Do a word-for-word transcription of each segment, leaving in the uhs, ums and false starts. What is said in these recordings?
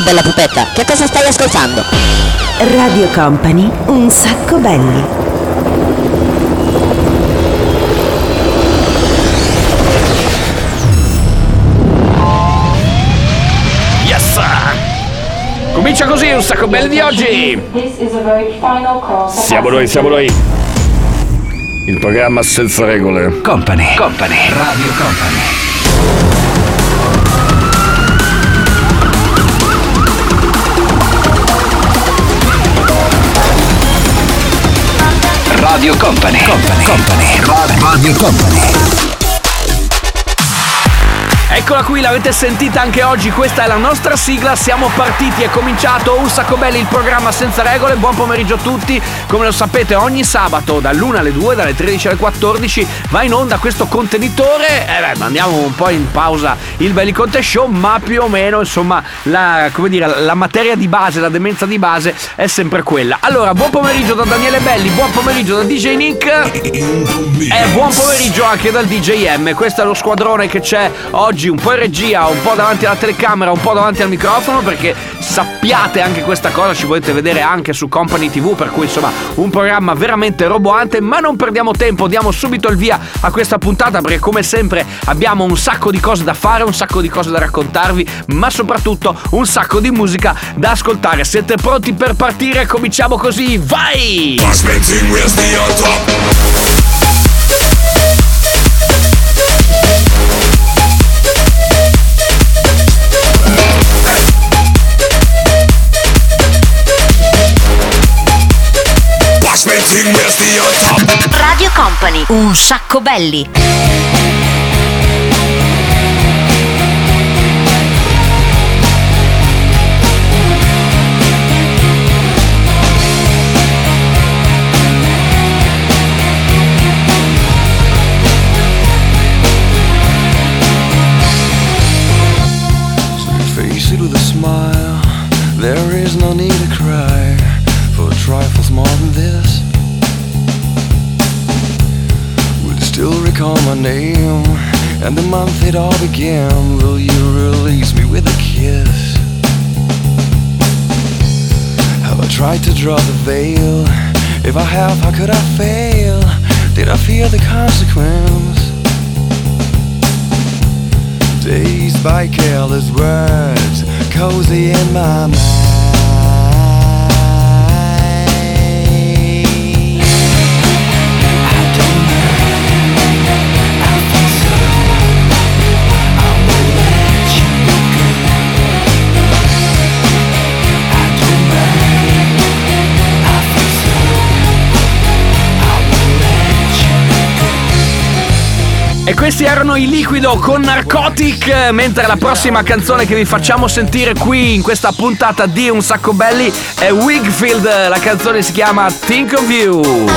bella pupetta, che cosa stai ascoltando? Radio Company, un sacco belli. Yes! Comincia così un sacco belli di oggi. Siamo noi, siamo noi. Il programma senza regole. Company, Company, Radio Company. Radio Company, Company, Company, Radio Company. Eccola qui, l'avete sentita anche oggi, questa è la nostra sigla, siamo partiti, è cominciato un sacco belli il programma senza regole, buon pomeriggio a tutti, come lo sapete ogni sabato dall'una alle due, dalle tredici alle quattordici va in onda questo contenitore, eh beh, mandiamo un po' in pausa il Belli Conte Show, ma più o meno insomma la, come dire, la materia di base, la demenza di base è sempre quella. Allora, buon pomeriggio da Daniele Belli, buon pomeriggio da D J Nick e buon pomeriggio anche dal D J M, questo è lo squadrone che c'è oggi un po' in regia, un po' davanti alla telecamera, un po' davanti al microfono, perché sappiate anche questa cosa, ci potete vedere anche su Company tivù, per cui insomma un programma veramente roboante. Ma non perdiamo tempo, diamo subito il via a questa puntata, perché come sempre abbiamo un sacco di cose da fare, un sacco di cose da raccontarvi, ma soprattutto un sacco di musica da ascoltare. Siete pronti per partire? Cominciamo così, vai! Radio Company, un sacco belli. Face it with a smile, there is no need to cry for trifles more than this. Will you still recall my name and the month it all began? Will you release me with a kiss? Have I tried to draw the veil? If I have, how could I fail? Did I fear the consequence? Dazed by careless words, cozy in my mind. E questi erano i Liquido con Narcotic, mentre la prossima canzone che vi facciamo sentire qui in questa puntata di Un Sacco Belli è Wigfield, la canzone si chiama Think of You.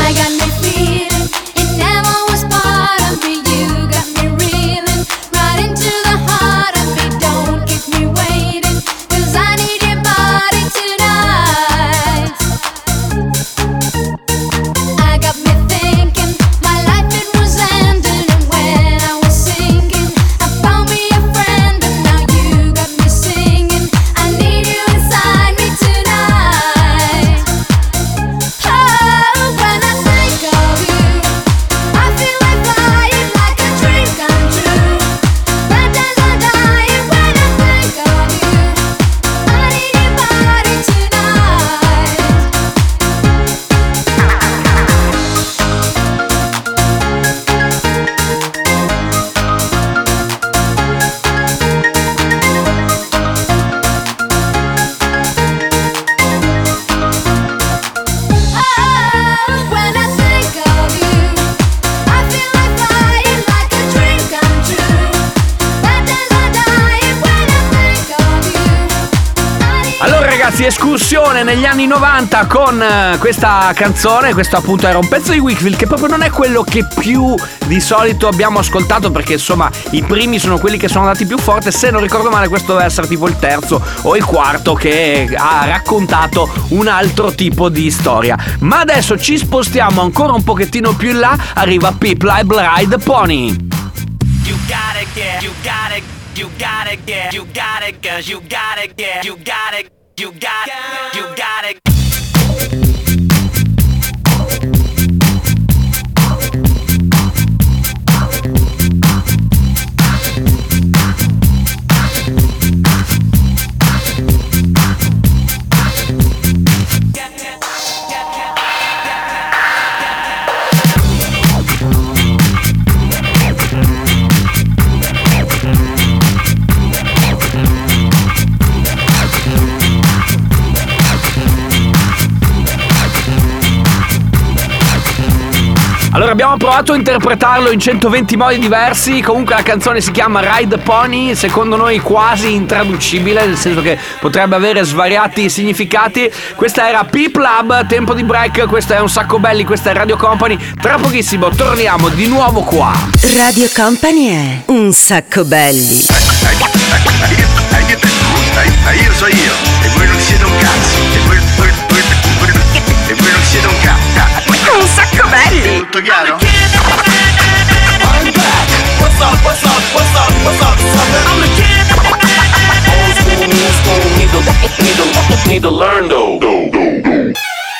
Escursione negli anni novanta con uh, questa canzone. Questo appunto era un pezzo di Wigfield che proprio non è quello che più di solito abbiamo ascoltato, perché insomma i primi sono quelli che sono andati più forte. Se non ricordo male questo deve essere tipo il terzo o il quarto che ha raccontato un altro tipo di storia. Ma adesso ci spostiamo ancora un pochettino più in là. Arriva People I Ride the Pony. You gotta get, you gotta You gotta get, you gotta get, you gotta get, you gotta, you gotta, you gotta. Allora abbiamo provato a interpretarlo in centoventi modi diversi. Comunque la canzone si chiama Ride Pony, secondo noi quasi intraducibile, nel senso che potrebbe avere svariati significati. Questa era P-Plab, tempo di break, questo è Un Sacco Belli, questa è Radio Company. Tra pochissimo torniamo di nuovo qua. Radio Company è Un Sacco Belli. Io so io, e voi non siete un cazzo, e voi, voi, voi, voi, e voi non siete un cazzo. Un Sacco Belli. Tutto chiaro? I'm back. What's up, what's up, what's up, what's up, sucker? I'm the kid. Old school, new school, need to, need to, need to learn though. Go, go, go.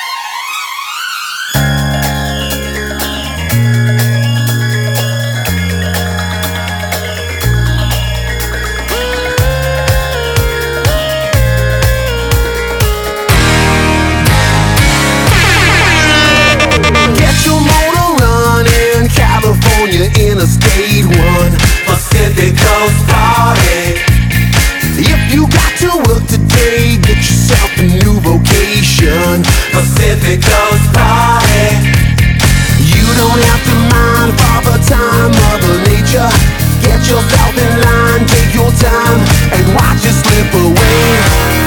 Interstate one Pacific Coast Party. If you got to work today, get yourself a new vocation. Pacific Coast Party. You don't have to mind Father Time, Mother Nature. Get yourself in line, take your time, and watch it slip away.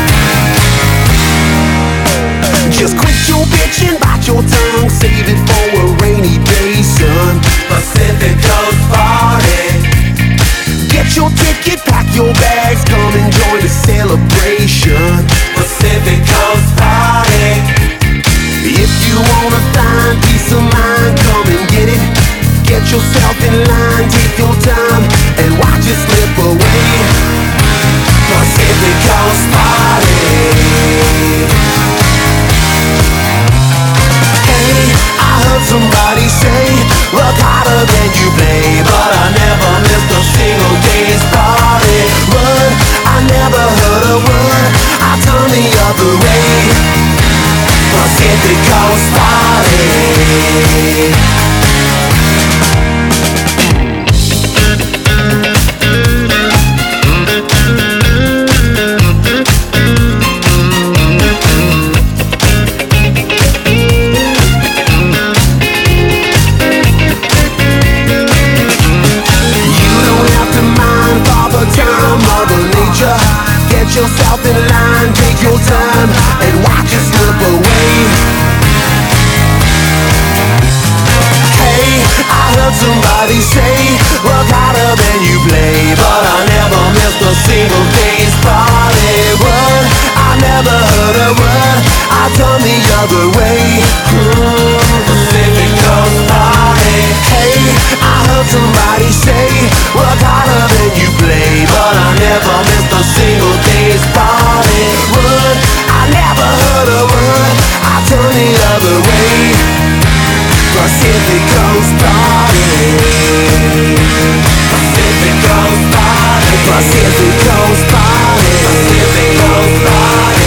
Just quit your bitching, bite your tongue, save it for a rainy day, son. Pacific Coast Party. Get your ticket, pack your bags, come and join the celebration. Pacific Coast Party. If you wanna find peace of mind, come and get it. Get yourself in line, take your time, and watch it slip away. Pacific Coast Party. Somebody say, work harder than you play, but I never missed a single day's party. Word, I never heard a word, I turn the other way. Pacific Coast Party. Get yourself in line, take your time, and watch it slip away. Hey, I heard somebody say, work harder than you play, but I never missed a single day's party. Word, I never heard a word, I turn the other way. Mm, Pacific Coast Party. Hey, I heard somebody say, work harder than you play, but I never missed a single day's party. Word, I never heard a word, I turn the other way. Pacific Coast Party. Pacific Coast Party. Pacific Coast Party. Pacific Coast Party.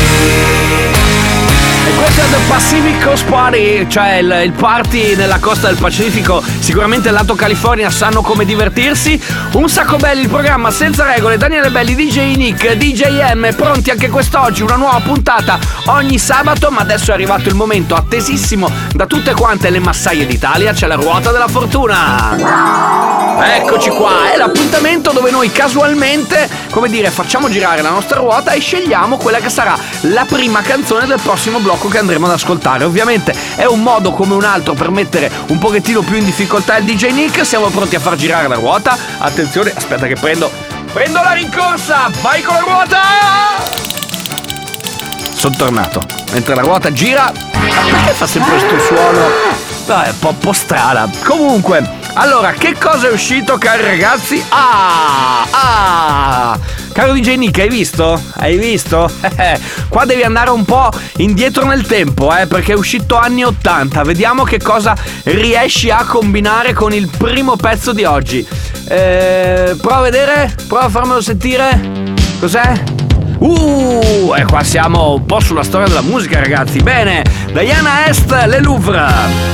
E questo è The Pacific Coast Party, cioè il, il party nella costa del Pacifico. Sicuramente il lato California sanno come divertirsi. Un Sacco Belli, il programma senza regole. Daniele Belli, D J Nick, D J M, pronti anche quest'oggi. Una nuova puntata ogni sabato. Ma adesso è arrivato il momento attesissimo da tutte quante le massaie d'Italia. C'è la ruota della fortuna. Eccoci qua, è l'appuntamento dove noi casualmente, come dire, facciamo girare la nostra ruota e scegliamo quella che sarà la prima canzone del prossimo blocco che andremo ad ascoltare. Ovviamente è un modo come un altro per mettere un pochettino più in difficoltà il D J Nick. Siamo pronti a far girare la ruota. Attenzione, aspetta che prendo Prendo la rincorsa, vai con la ruota. Sono tornato. Mentre la ruota gira. Ma perché fa sempre questo suono? No, è un po', po' strana. Comunque, Allora, che cosa è uscito, cari ragazzi? Ah, ah. Caro D J Nick, hai visto? Hai visto? Qua devi andare un po' indietro nel tempo, eh, perché è uscito anni ottanta. Vediamo che cosa riesci a combinare con il primo pezzo di oggi. Eh, prova a vedere, prova a farmelo sentire. Cos'è? Uh, e qua siamo un po' sulla storia della musica, ragazzi. Bene, Diana Est, Le Louvre.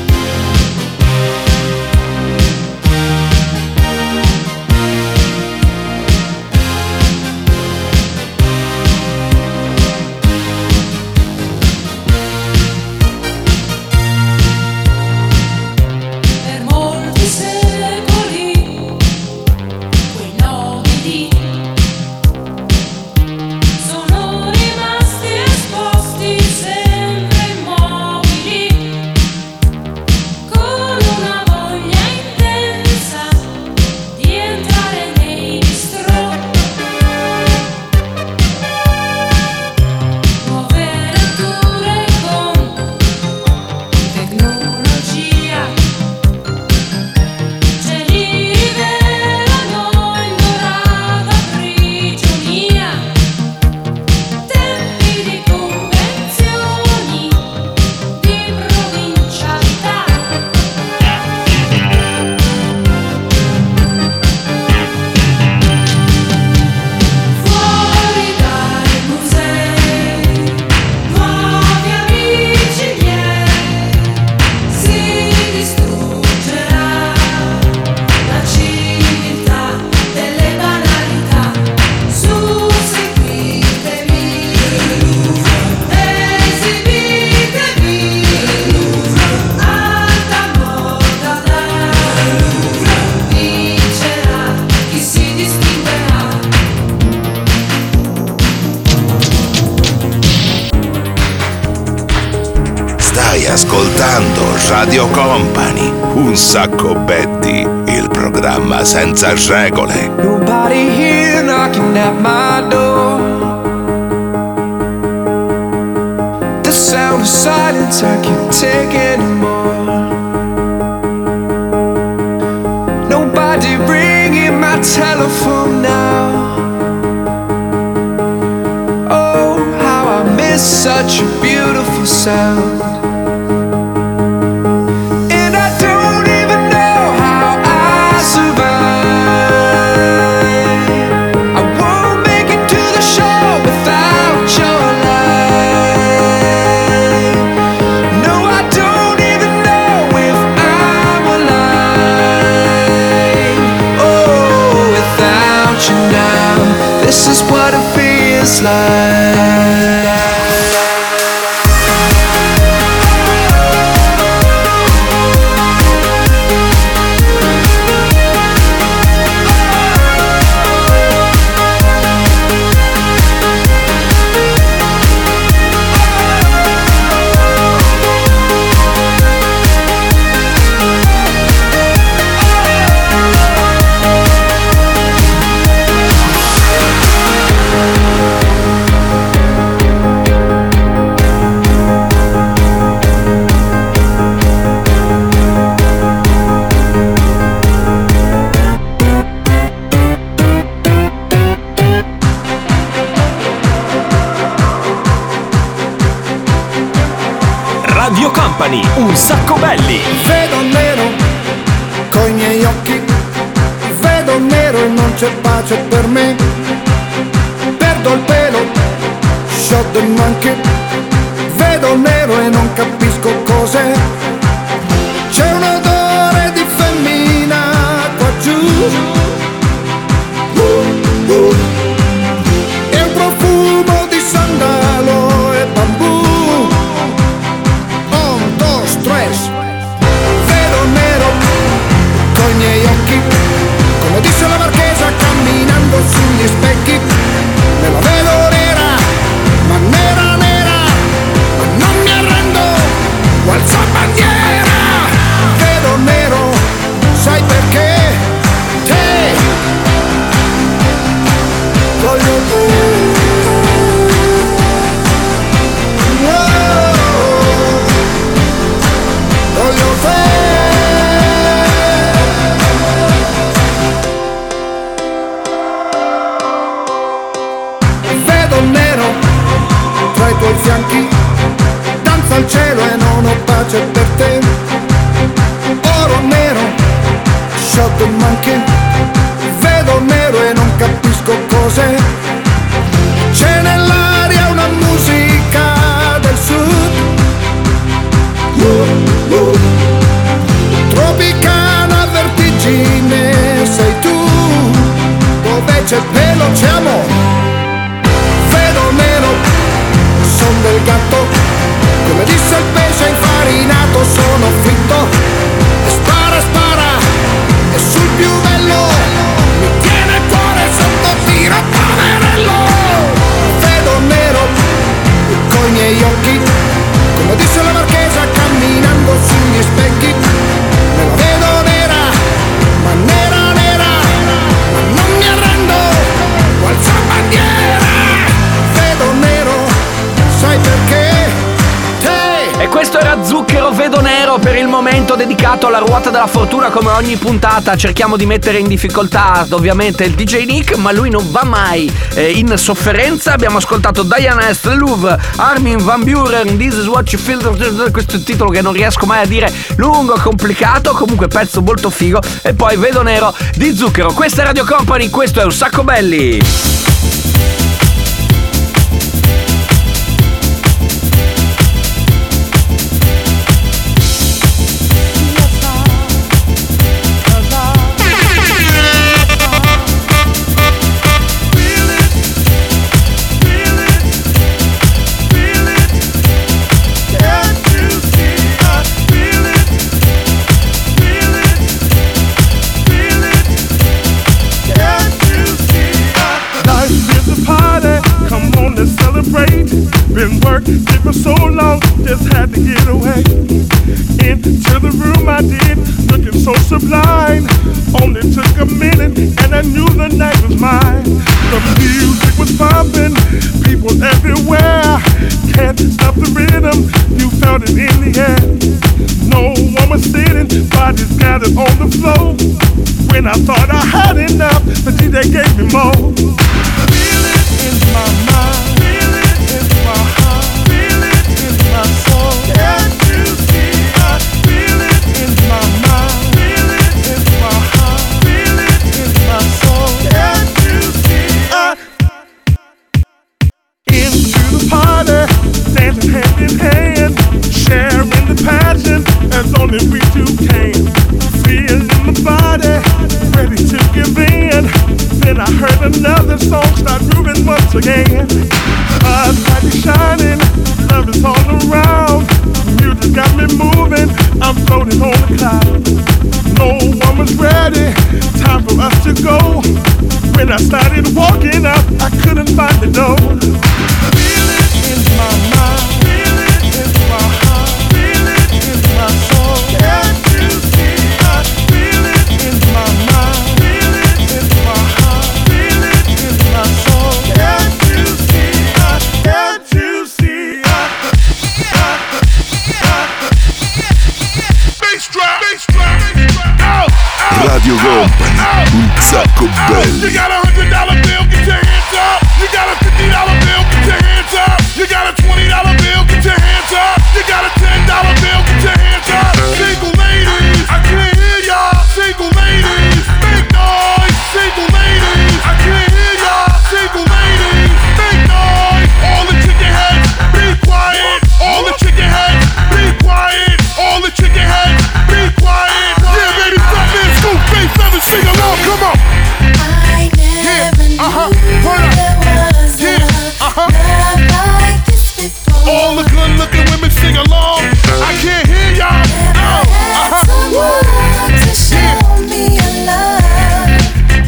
Ascoltando Radio Company, un sacco Betty, il programma senza regole. Nobody here knocking at my door. The sound of silence I can't take anymore. Nobody ringing my telephone now. Oh, how I miss such a beautiful sound. This is what it feels like. Radio Company, un sacco belli. Vedo nero coi miei occhi, vedo nero e non c'è pace per me. Perdo il pelo, shot the monkey, vedo nero e non capisco cos'è. C'è un odore di femmina qua giù, uh, uh. E un profumo di sandalo e bambù. Coi miei occhi, come disse la marchesa camminando sugli specchi, me la vedo nera, ma nera nera. fatto, come disse il pesce infarinato, sono fritto. E spara, spara, e sul più bello, mi tiene il cuore sotto tiro, poverello. Vedo nero coi miei occhi, come disse la marchesa camminando sugli specchi. Me la vedo nera, ma nera nera, ma non mi arrendo, alzo bandiera. Vedo nero, sai perché? Te. E questo era Zucchero Vedo Nero, per il momento dedicato alla ruota della fortuna. Come ogni puntata cerchiamo di mettere in difficoltà ovviamente il D J Nick, ma lui non va mai eh, in sofferenza. Abbiamo ascoltato Diana Est, Louvre, Armin van Buren, This is what you feel, questo titolo che non riesco mai a dire, lungo, complicato, comunque pezzo molto figo. E poi Vedo Nero di Zucchero. Questa è Radio Company, questo è Un Sacco Belli. Been working for so long, just had to get away. Into the room I did, looking so sublime. Only took a minute and I knew the night was mine. The music was pumping, people everywhere. Can't stop the rhythm, you felt it in the air. No one was sitting, bodies gathered on the floor. When I thought I had enough, the D J gave me more. Feel it in my mind. My heart, feel it in my soul. Can't you see? I feel it in my mind. Feel it in my heart. Feel it in my soul. Can't you see? I into the party, dancing hand in hand, sharing the passion as only we two can. Feeling my body, ready to give in. Then I heard another song start grooving once again. Spotlight is shining, love is all around. Music got me moving, I'm floating on the cloud. No one was ready, time for us to go. When I started walking up, I couldn't find the door. Feel it in my mind, feel it in my heart, feel it in my soul. Can't you see? I feel it in my mind, feel it in my heart, feel it in my soul. Can't you see? I, can't you see? I, I, I, Bass drop, bass drop, out, out, Radio Company, Un Sacco Belli. You got a hundred dollar bill, get your hands up. You got a fifty dollar bill, get your hands up. You got a twenty dollar bill, get your hands up. You got a ten dollar bill, get your hands up. Single ladies, I can't hear y'all. Single ladies, make noise. Single ladies, I can't hear y'all. Single ladies, make noise. All the chicken heads, be quiet. All the chicken heads, be quiet. All the chicken heads, be quiet. Yeah, baby, stop this. Scoop, bass, seven, sing along, come on. I never Yeah, uh-huh, turn up. Yeah, uh-huh. like this before. All the good looking women sing along. I can't hear y'all. No. Uh-huh. Someone to show me a love.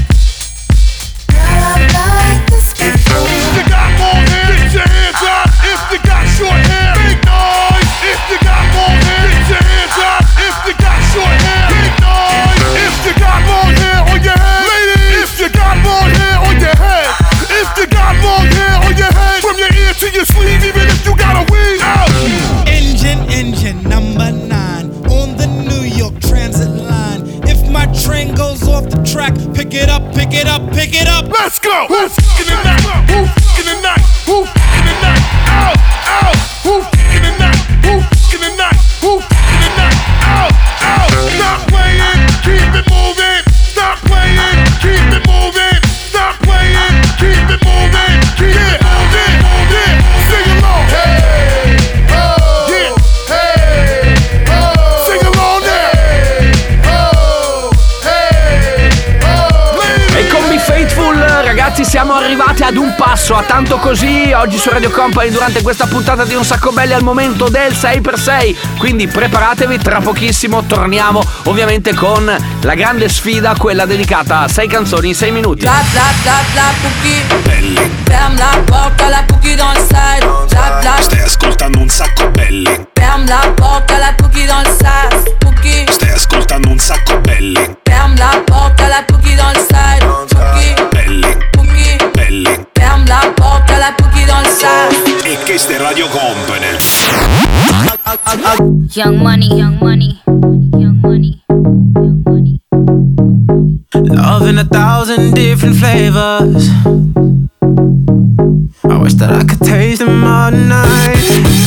Love like this before. If you got long hair, get your hands up. If you got short hair, make noise. If you got long hair, get your hands up. If you got short hair, make noise. If you got long hair on your head, ladies. If you got long hair on your head. If you got long hair on your head, from your ear to your sleeve, even if you got a weave out. Engine, engine number nine on the New York Transit line. If my train goes off the track, pick it up, pick it up, pick it up. Let's go. Who's in the night? Who's in the night? Who's in the night? Out, out. Who's in the night? Who's in the night? Who's in the night? Out, out. Stop playing, keep it moving. Stop playing, keep it moving. Stop playing, keep it moving. Keep it moving, moving. Sing along. Hey, oh, yeah. Hey, oh. Sing along there. Hey, oh, hey, oh. E con Be Faithful, ragazzi, siamo adesso a Tanto Così, oggi su Radio Company durante questa puntata di Un Sacco Belli al momento del sei per sei, quindi preparatevi, tra pochissimo torniamo ovviamente con la grande sfida, quella dedicata a sei canzoni in sei minuti. Clap, clap, clap, clap, Pucchi. Ferme la porta, la Pucchi dans le side. Clap, clap. Stai ascoltando Un Sacco Belli. Ferme la porta, la Pucchi dans le side. Pucchi. Stai ascoltando Un Sacco Belli. Ferme la porta, la Pucchi dans le side. Pucchi. Belli. Pucchi. Belli. Ferme la porta, la Pucchi dans le side. E questa è Radio Company. Young money, young money, young money, young money. Love in a thousand different flavors. I wish that I could taste them all night.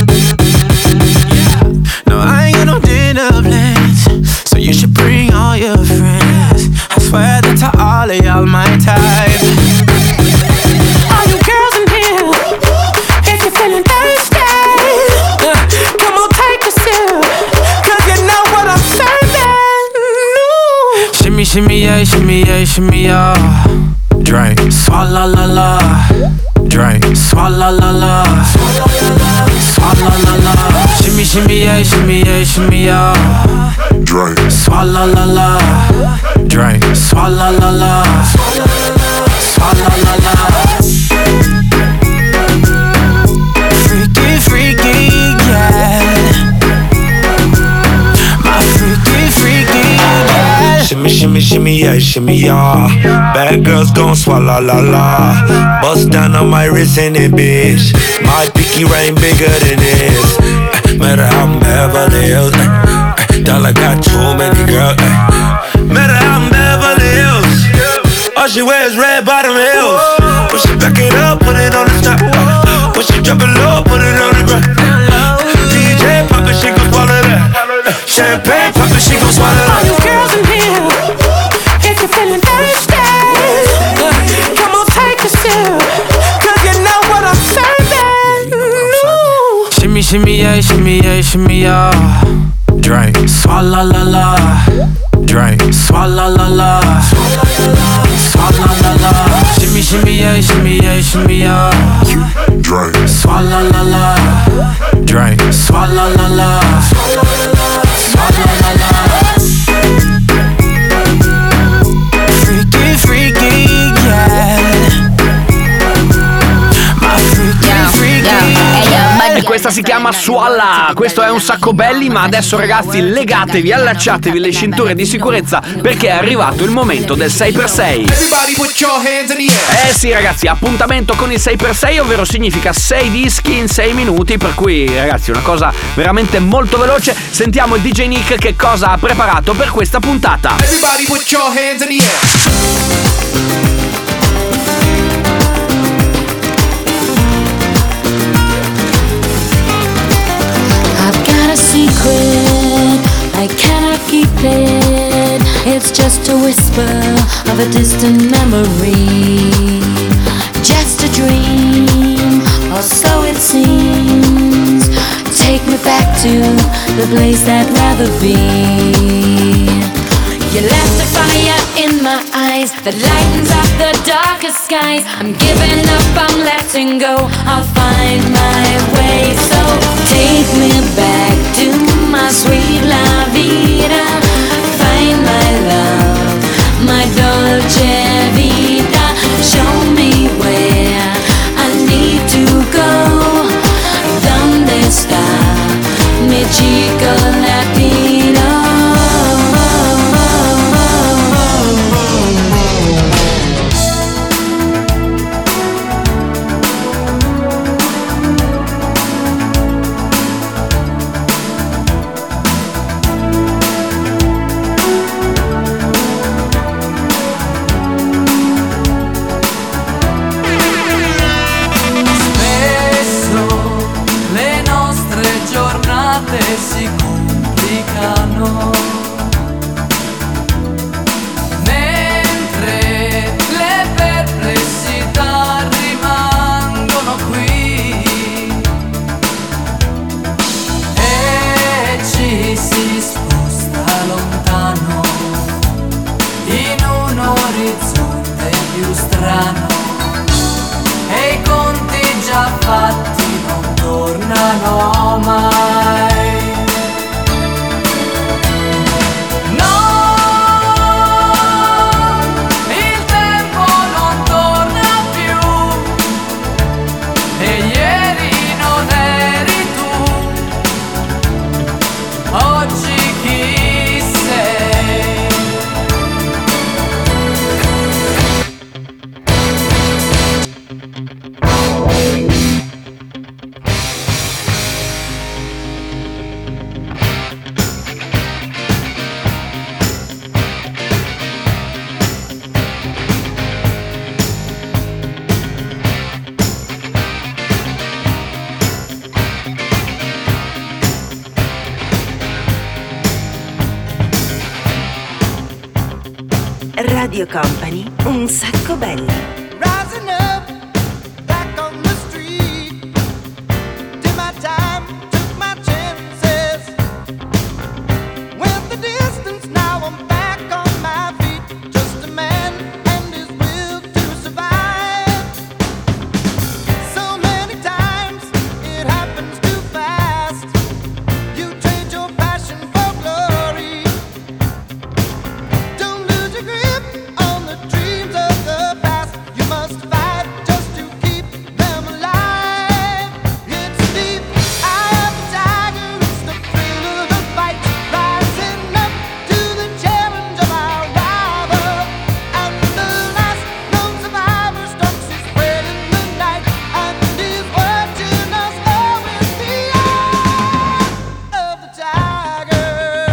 No, I ain't got no dinner plans, so you should bring all your friends. I swear that to all of y'all my type. All you girls in here, if you're feeling thirsty, uh, come on, take a sip, cause you know what I'm serving. No. Shimmy, shimmy, yeah, shimmy, yeah, shimmy, yeah. Drink, swalla la la. Drink, swalla la la. Swalla la la. Shimmy, shimmy, yeah, shimmy, yeah, shimmy, yeah. Drink, swalla la la. Drink, swalla la la. Swalla la la. Freaky, freaky, yeah. My freaky, freaky, yeah. Shimmy, shimmy, shimmy, yeah, shimmy, yeah. Bad girls gon' swallow la la. Bust down on my wrist in it, bitch. My pinky ring bigger than this. Uh, matter how I'm Beverly Hills. Uh, uh, dollar got too many girls. Uh, matter how I'm Beverly Hills. All she wears red bottom heels. When she back it up, put it on the top. Uh, when she drop it low, put it on the ground. D J pop it, she gon' swallow that. Uh, champagne pop it, she gon' swallow that. All you girls in here, if you're feeling thirsty, uh, come on, take a sip, cause you know what I'm serving. No. Shimmy, shimmy, yeah, shimmy, yeah, shimmy, yeah. Drink, swalla la la. Drink, swalla la la. Swalla la la. Shimmy, shimmy, yeah, shimmy, yeah, shimmy, yeah. Drink, swalla la la. Drink, swalla la la. Swalla la la. Freaky, freaky, yeah. My freaky, freaky, yeah. E questa si chiama Swalla. Questo è Un Sacco Belli, ma adesso ragazzi legatevi, allacciatevi le cinture di sicurezza perché è arrivato il momento del sei per sei. Eh sì ragazzi, appuntamento con il sei per sei, ovvero significa sei dischi in sei minuti, per cui ragazzi una cosa veramente molto veloce. Sentiamo il D J Nick che cosa ha preparato per questa puntata. Everybody put your hands in the air. A secret, I cannot keep it. It's just a whisper of a distant memory. Just a dream, or so it seems. Take me back to the place I'd rather be. You left a fire in my eyes that lightens up the darkest skies. I'm giving up, I'm letting go. I'll find my way. So take me back to my sweet la vida. Find my love, my dolce vita. Show me where I need to go. Donde está mi chico latino? Si complicano mentre le perplessità rimangono qui e ci si sposta lontano in un orizzonte più strano e con Radio Company, un sacco belli. Rising up, back on the street. Did my time, took my chances. Went the distance, now I'm back on my feet. Just a man and his will to survive. So many times it happens too fast. You trade your passion for glory. Don't lose your grip on the dreams of the past. You must fight just to keep them alive. It's deep, eye of the tiger, it's the thrill of the fight. Rising up to the challenge of our rival. And the last known survivor stalks his prey in the night. And is watching us all with the eye of the tiger.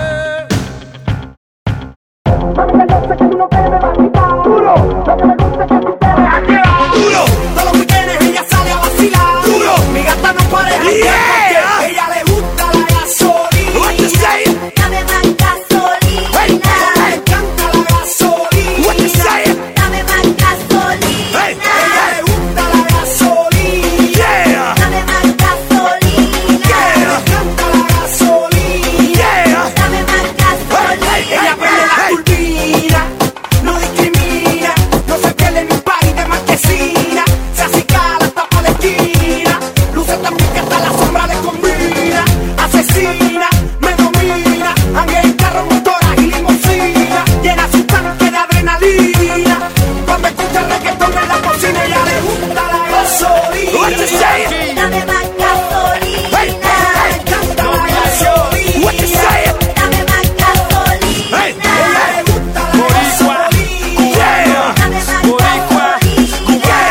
Duro, todos los weekendes ella sale a vacilar. Duro, mi gata no para de janguear porque ella le gusta la gasolina. What you say? Dame más gasolina. Hey, le encanta la gasolina. What you say? Dame más gasolina. Hey, ella le gusta la gasolina. Yeah. Dame más gasolina. Yeah. Le encanta la gasolina. Yeah. Dame más gasolina. Ella prende la turbina, no discrimina, no se pierde ni un party de marquesina. Se acicala, tapa de esquina, luce también que hasta la sombra le combina. Asesina, me domina, anga en carro, motora y limusina. Llena su tanque de adrenalina. Cuando escucha reggaetón en la cocina, ella le gusta la gasolina. What you say? Dame más gasolina. Hey, le encanta la gasolina. What you say? Dame más gasolina. Hey, ella le gusta la gasolina. Yeah. Dame más gasolina. Yeah.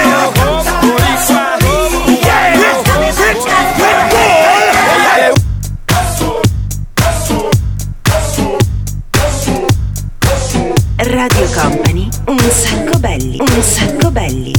Radio Company, un sacco belli, un sacco belli.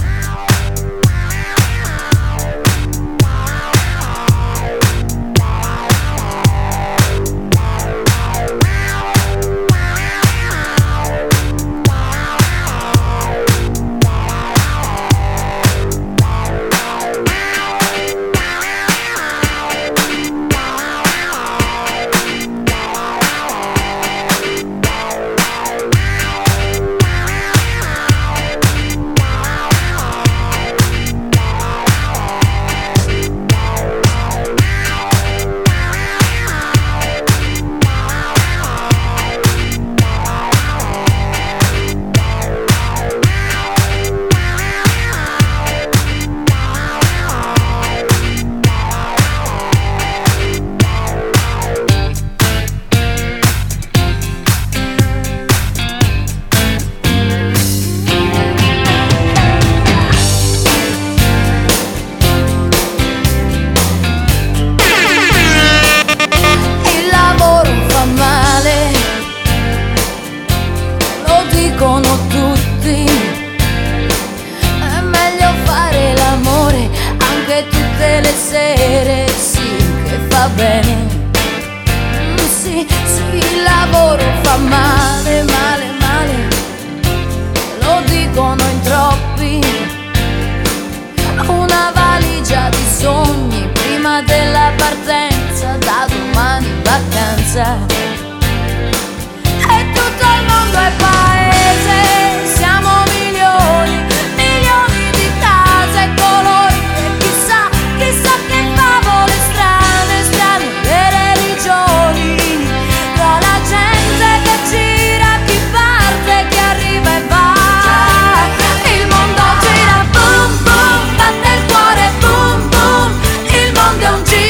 Il lavoro fa male, lo dicono tutti. È meglio fare l'amore anche tutte le sere, sì, che fa bene. Mm, Sì, sì, il lavoro fa male, male, male, lo dicono in troppi. Una valigia di sogni prima della partenza, da domani vacanza. E tutto il mondo è paese, siamo milioni, milioni di case e colori. E chissà, chissà che favole strane, strane le religioni. Tra la gente che gira, chi parte, chi arriva e va. Il mondo gira, boom boom, batte il cuore, boom boom. Il mondo è un giro.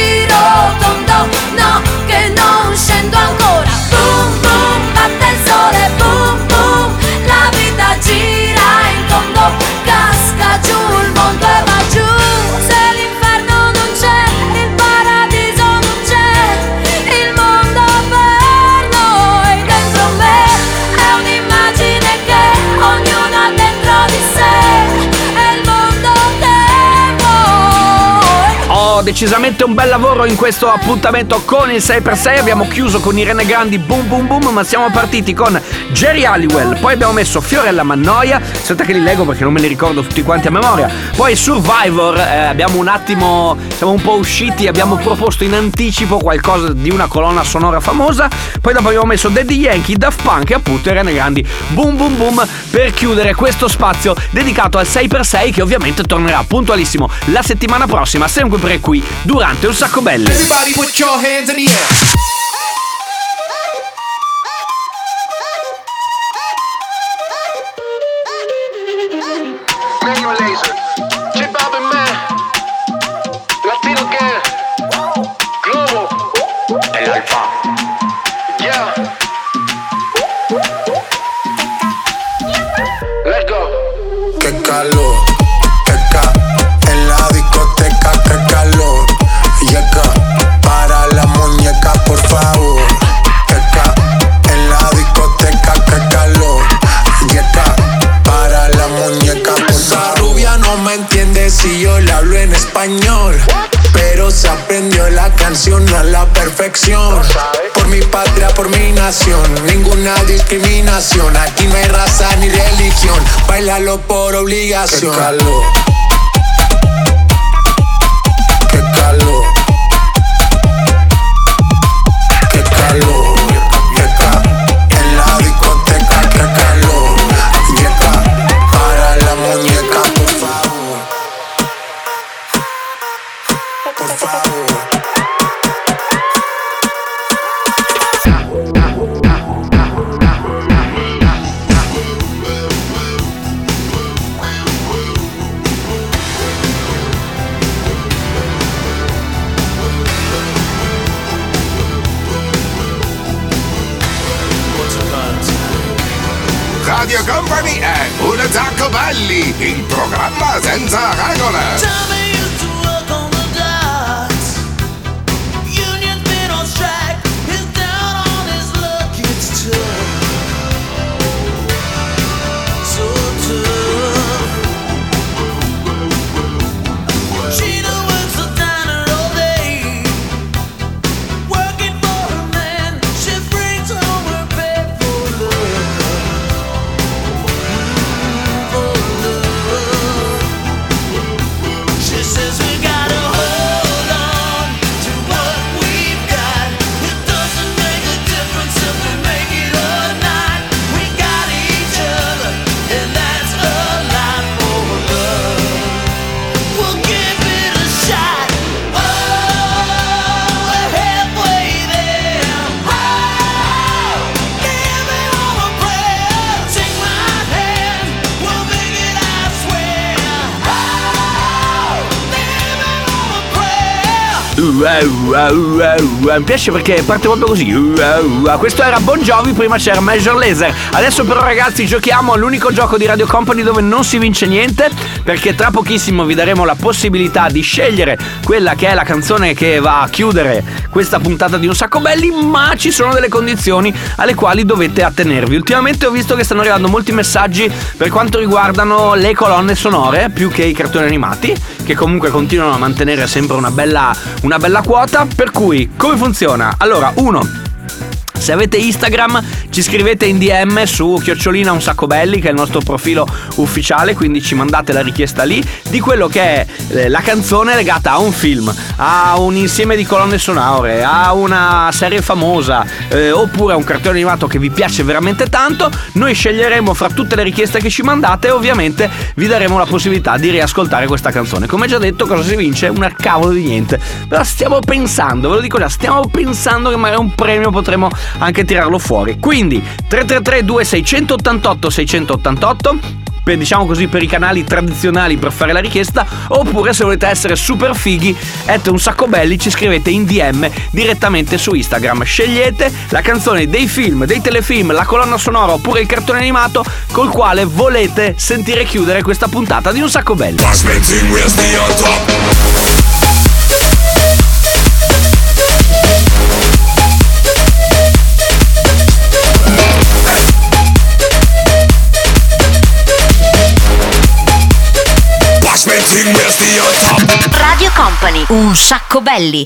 decisamente un bel lavoro in questo appuntamento con il sei per sei. Abbiamo chiuso con Irene Grandi, Boom Boom Boom, ma siamo partiti con Jerry Halliwell, poi abbiamo messo Fiorella Mannoia, aspetta che li leggo perché non me li ricordo tutti quanti a memoria, poi Survivor, eh, abbiamo un attimo, siamo un po' usciti, abbiamo proposto in anticipo qualcosa di una colonna sonora famosa, poi dopo abbiamo messo Daddy Yankee, Daft Punk e appunto Irene Grandi, Boom Boom Boom, per chiudere questo spazio dedicato al sei per sei che ovviamente tornerà puntualissimo la settimana prossima, sempre qui durante Un Sacco Belli. Everybody put your hands in the air. Manual Laser, J Balvin Man, Latino Gang, Globo, El Alfa, yeah, let's go. Qué calor, qué ca en la discoteca, qué calor. Llega para la muñeca, por favor. Qué ca en la discoteca, qué calor. Llega para la muñeca, por favor. Esa rubia no me entiende si yo le hablo en español, pero se aprendió la canción a la perfección. Por mi patria, por mi nación, ninguna discriminación. Aquí no hay raza ni religión, bailalo por obligación. Qué calor, qué calor, qué calor. Llega en la discoteca, qué calor. Llega para la muñeca, por favor, por favor. Radio Company è Un Sacco Belli, il programma senza regole. Uh, uh, uh, uh, mi piace perché parte proprio così. Uh, uh, uh. Questo era Bon Jovi, prima c'era Major Lazer. Adesso però ragazzi giochiamo all'unico gioco di Radio Company dove non si vince niente, perché tra pochissimo vi daremo la possibilità di scegliere quella che è la canzone che va a chiudere questa puntata di Un Sacco Belli, ma ci sono delle condizioni alle quali dovete attenervi. Ultimamente ho visto che stanno arrivando molti messaggi per quanto riguardano le colonne sonore più che i cartoni animati, che comunque continuano a mantenere sempre una bella, una bella quota. Per cui come funziona? Allora, uno, se avete Instagram ci scrivete in D M su chiocciolina Un Sacco Belli, che è il nostro profilo ufficiale, quindi ci mandate la richiesta lì di quello che è eh, la canzone legata a un film, a un insieme di colonne sonore, a una serie famosa, eh, oppure a un cartone animato che vi piace veramente tanto. Noi sceglieremo fra tutte le richieste che ci mandate e ovviamente vi daremo la possibilità di riascoltare questa canzone. Come già detto, cosa si vince? Una cavolo di niente, però stiamo pensando, ve lo dico già, stiamo pensando che magari un premio potremo anche tirarlo fuori. Quindi tre tre tre due sei otto otto sei otto otto, per, diciamo così, per i canali tradizionali per fare la richiesta, oppure se volete essere super fighi at Un Sacco Belli ci scrivete in D M direttamente su Instagram. Scegliete la canzone dei film, dei telefilm, la colonna sonora oppure il cartone animato col quale volete sentire chiudere questa puntata di Un Sacco Belli. Radio Company. Company, un sacco belli.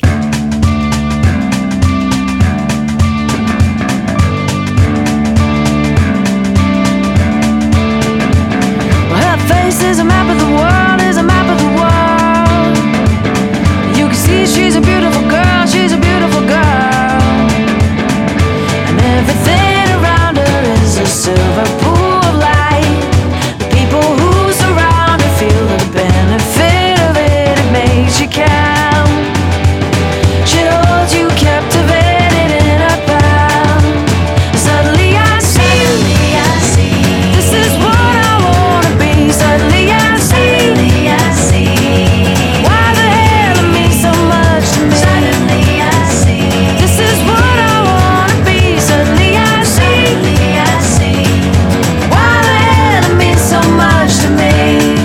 Her face is a map of the world, is a map of the world. You can see she's a beautiful girl, she's a beautiful girl. And everything around her is a silver pool of light. The people who surround her feel the benefit of it, it makes you count. She holds you captivated in her palm. Suddenly I see, Suddenly I see. This is what I wanna be. Suddenly I see, Suddenly I see. Why the hell it means so much to me. Suddenly I see. This is what I wanna be. Suddenly I see, Suddenly I see. Why the hell it means so much to me.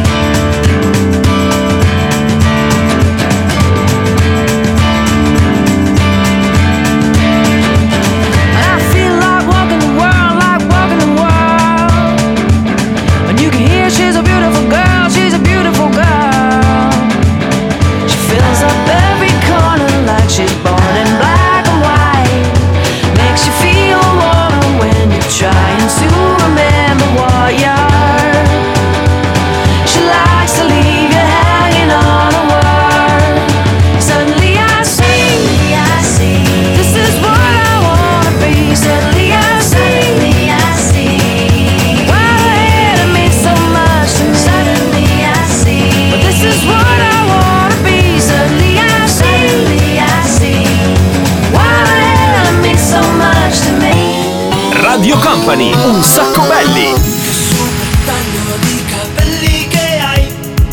And I feel like walking the world, like walking the world. And you can hear she's a beautiful girl, she's a beautiful girl. She fills up every corner like she's born in black and white. Makes you feel warmer when you're trying to remember what you're. She likes to leave you hanging on a word. Suddenly I see, Suddenly I see. This is what I wanna be. Suddenly I see, Suddenly I see. Why the hell it means so much to me. Suddenly I see. But this is what I wanna be. Suddenly I see, Suddenly I see. Why the hell it means so much to me. Radio Company, un sacco belli. Taglio di capelli che hai,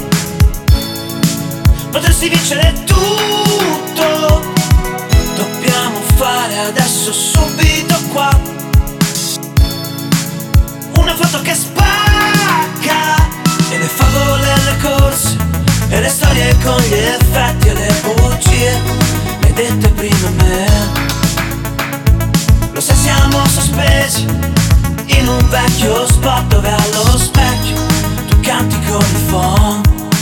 potresti vincere tutto. Dobbiamo fare adesso subito qua una foto che spacca, e le favole e le corse e le storie con gli effetti e le bugie, le dette prima me. Lo sai, siamo sospesi in un vecchio spot dove allo specchio tu canti con il phon.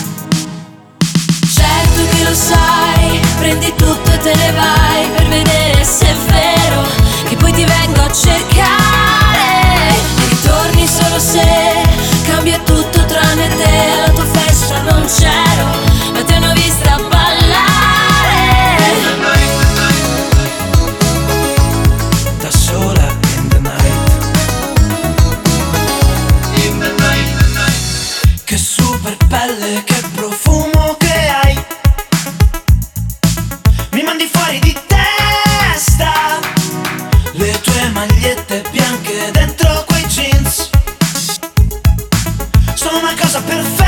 Certo che lo sai, prendi tutto e te ne vai per vedere se è vero che poi ti vengo a cercare. E ritorni solo se cambia tutto tranne te. Alla tua festa non c'ero, ma ti hanno vista ballare. Da sola in the night, in the night. Che super pelle, che profumo che hai. Mi mandi fuori di testa, le tue magliette bianche dentro quei jeans sono una cosa perfetta.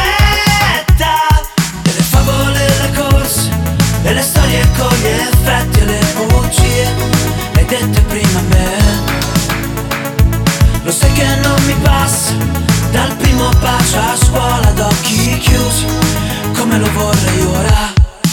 E le favole e le corse e le storie con gli effetti e le bugie, le hai dette prima a me. Lo sai che non mi passa dal primo bacio a scuola ad occhi chiusi, come lo vorrei ora.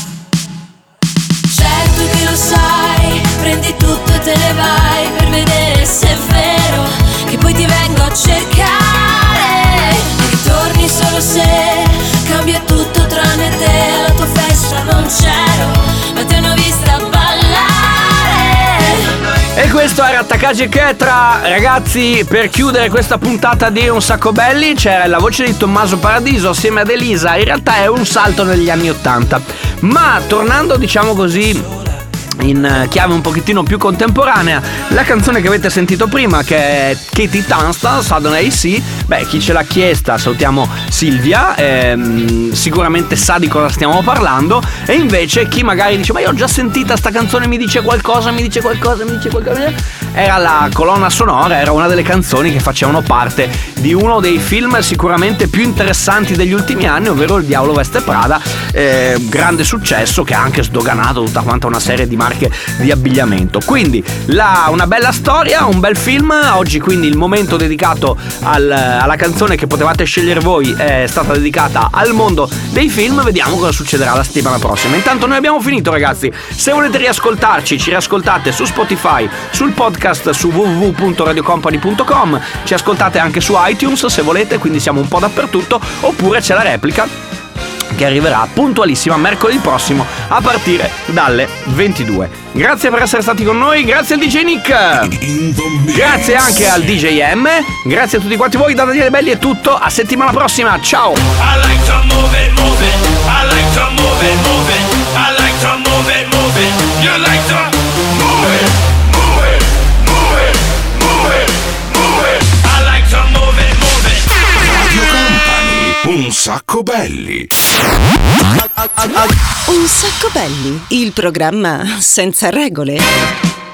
Certo che lo sai, prendi tutto e te ne vai per vedere se è vero che poi ti vengo a cercare. E ritorni solo se cambia tutto tranne te. Alla tua festa non c'ero, ma ti hanno vista ballare. E questo era Takagi Ketra. Ragazzi, per chiudere questa puntata di Un Sacco Belli c'era la voce di Tommaso Paradiso assieme ad Elisa. In realtà è un salto negli anni ottanta, ma tornando, diciamo così, in chiave un pochettino più contemporanea, la canzone che avete sentito prima, che è Katie Tunstall, Sudden A C. Beh, chi ce l'ha chiesta, salutiamo Silvia, ehm, sicuramente sa di cosa stiamo parlando. E invece chi magari dice: ma io ho già sentita sta canzone, mi dice qualcosa, mi dice qualcosa, mi dice qualcosa, era la colonna sonora, era una delle canzoni che facevano parte di uno dei film sicuramente più interessanti degli ultimi anni, ovvero Il Diavolo Veste Prada, eh, grande successo che ha anche sdoganato tutta quanta una serie di marche di abbigliamento. Quindi la, una bella storia, un bel film. Oggi quindi il momento dedicato al, alla canzone che potevate scegliere voi è stata dedicata al mondo dei film. Vediamo cosa succederà la settimana prossima. Intanto noi abbiamo finito, ragazzi. Se volete riascoltarci, ci riascoltate su Spotify, sul podcast su w w w punto radio company punto com, ci ascoltate anche su iTunes se volete, quindi siamo un po' dappertutto, oppure c'è la replica che arriverà puntualissima mercoledì prossimo a partire dalle ventidue. Grazie per essere stati con noi, grazie al D J Nick, grazie anche al D J M, grazie a tutti quanti voi. Da Daniele Belli è tutto, a settimana prossima, ciao. I like to move it, move it. I like to move it, move it. I like to move it, move it. You like to move it, move it, move it, move it, move it. I like to move it, move it. Radio Company, un sacco belli. Un sacco belli, il programma senza regole.